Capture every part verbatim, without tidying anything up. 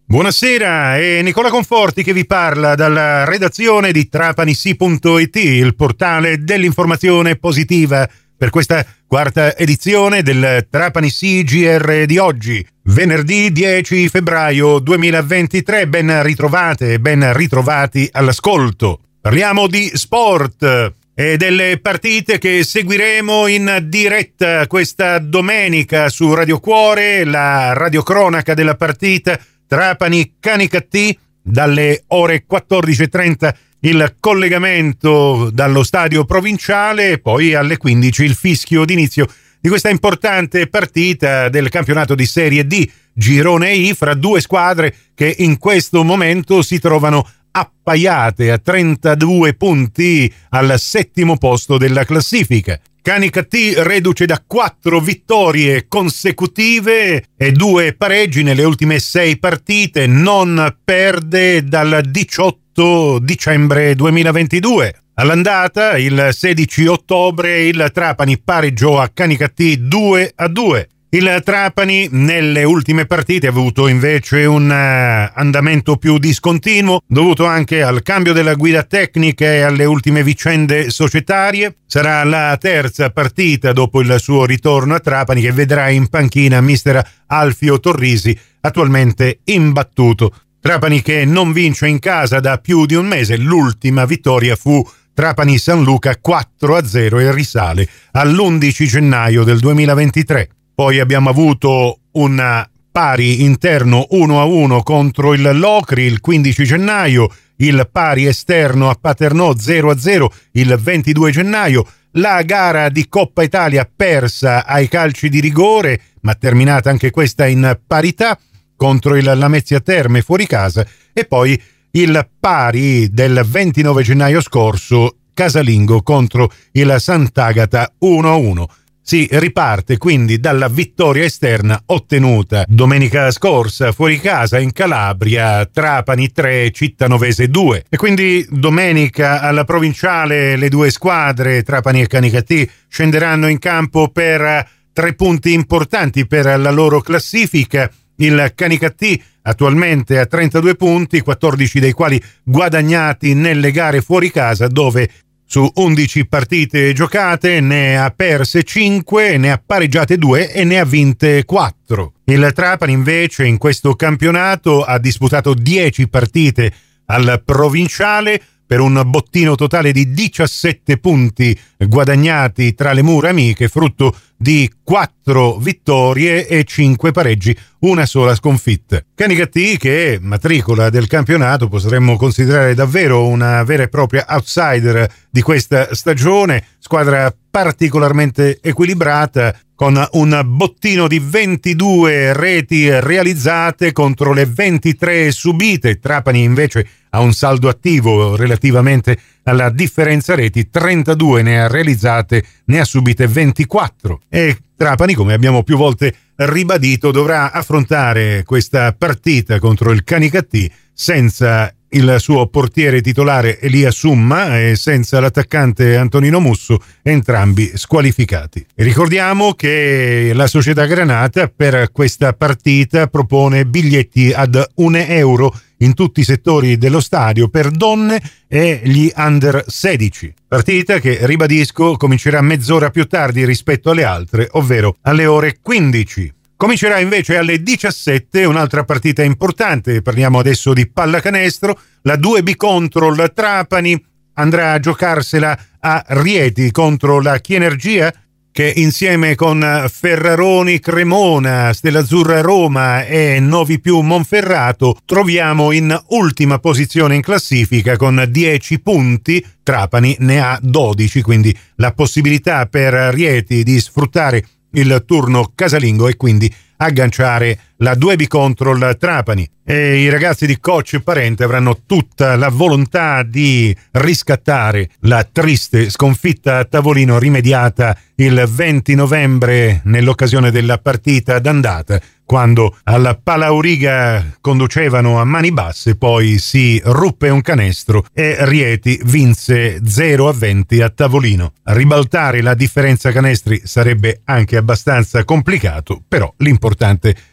Buonasera, è Nicola Conforti che vi parla dalla redazione di Trapanisi punto it, il portale dell'informazione positiva, per questa quarta edizione del Trapanisi G R di oggi, venerdì dieci febbraio duemilaventitré. Ben ritrovate e ben ritrovati all'ascolto. Parliamo di sport e delle partite che seguiremo in diretta questa domenica su Radio Cuore, la radiocronaca della partita Trapani Canicattì, dalle ore quattordici e trenta il collegamento dallo stadio provinciale, poi alle quindici il fischio d'inizio di questa importante partita del campionato di Serie D Girone I fra due squadre che in questo momento si trovano appaiate a trentadue punti al settimo posto della classifica. Canicattì reduce da quattro vittorie consecutive e due pareggi nelle ultime sei partite, non perde dal diciotto dicembre duemilaventidue. All'andata, il sedici ottobre, il Trapani pareggiò a Canicattì due a due. Il Trapani nelle ultime partite ha avuto invece un uh, andamento più discontinuo, dovuto anche al cambio della guida tecnica e alle ultime vicende societarie. Sarà la terza partita dopo il suo ritorno a Trapani che vedrà in panchina mister Alfio Torrisi, attualmente imbattuto. Trapani che non vince in casa da più di un mese, l'ultima vittoria fu Trapani San Luca quattro a zero e risale all'undici gennaio del duemilaventitré. Poi abbiamo avuto un pari interno uno a uno contro il Locri il quindici gennaio, il pari esterno a Paternò zero a zero il ventidue gennaio, la gara di Coppa Italia persa ai calci di rigore, ma terminata anche questa in parità contro il Lamezia Terme fuori casa, e poi il pari del ventinove gennaio scorso casalingo contro il Sant'Agata uno a uno. Si riparte quindi dalla vittoria esterna ottenuta domenica scorsa fuori casa in Calabria, Trapani tre, Cittanovese due. E quindi domenica alla provinciale le due squadre, Trapani e Canicattì, scenderanno in campo per tre punti importanti per la loro classifica. Il Canicattì attualmente a trentadue punti, quattordici dei quali guadagnati nelle gare fuori casa, dove su undici partite giocate ne ha perse cinque, ne ha pareggiate due e ne ha vinte quattro. Il Trapani invece in questo campionato ha disputato dieci partite al provinciale per un bottino totale di diciassette punti guadagnati tra le mura amiche, frutto di quattro vittorie e cinque pareggi, una sola sconfitta. Canicattì, che è matricola del campionato, potremmo considerare davvero una vera e propria outsider di questa stagione, squadra particolarmente equilibrata, con un bottino di ventidue reti realizzate contro le ventitré subite. Trapani invece ha un saldo attivo relativamente alla differenza reti, trentadue ne ha realizzate, ne ha subite ventiquattro. E Trapani, come abbiamo più volte ribadito, dovrà affrontare questa partita contro il Canicattì senza il suo portiere titolare Elia Summa e senza l'attaccante Antonino Musso, entrambi squalificati. E ricordiamo che la Società Granata per questa partita propone biglietti ad un euro in tutti i settori dello stadio per donne e gli under sedici. Partita che, ribadisco, comincerà mezz'ora più tardi rispetto alle altre, ovvero alle ore quindici. Comincerà invece alle diciassette un'altra partita importante, parliamo adesso di pallacanestro, la due B contro il Trapani andrà a giocarsela a Rieti contro la Chienergia, che insieme con Ferraroni Cremona, Stell'Azzurra Roma e Novi Più Monferrato troviamo in ultima posizione in classifica con dieci punti, Trapani ne ha dodici, quindi la possibilità per Rieti di sfruttare il turno casalingo e quindi agganciare la due B contro il Trapani. E i ragazzi di coach Parente avranno tutta la volontà di riscattare la triste sconfitta a tavolino rimediata il venti novembre nell'occasione della partita d'andata, quando alla Palauriga conducevano a mani basse, poi si ruppe un canestro e Rieti vinse zero a venti a tavolino. Ribaltare la differenza canestri sarebbe anche abbastanza complicato, però l'importante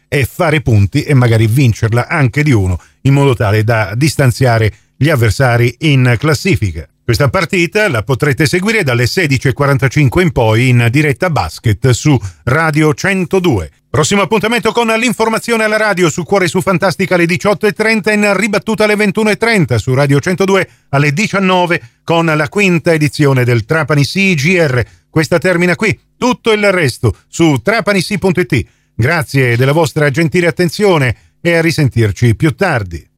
e fare punti e magari vincerla anche di uno, in modo tale da distanziare gli avversari in classifica. Questa partita la potrete seguire dalle sedici e quarantacinque in poi in diretta basket su Radio centodue. Prossimo appuntamento con l'informazione alla radio su Cuore su Fantastica alle diciotto e trenta, in ribattuta alle ventuno e trenta su Radio centodue alle diciannove con la quinta edizione del Trapani C G R. Questa termina qui, tutto il resto su trapanisi punto it. Grazie della vostra gentile attenzione e a risentirci più tardi.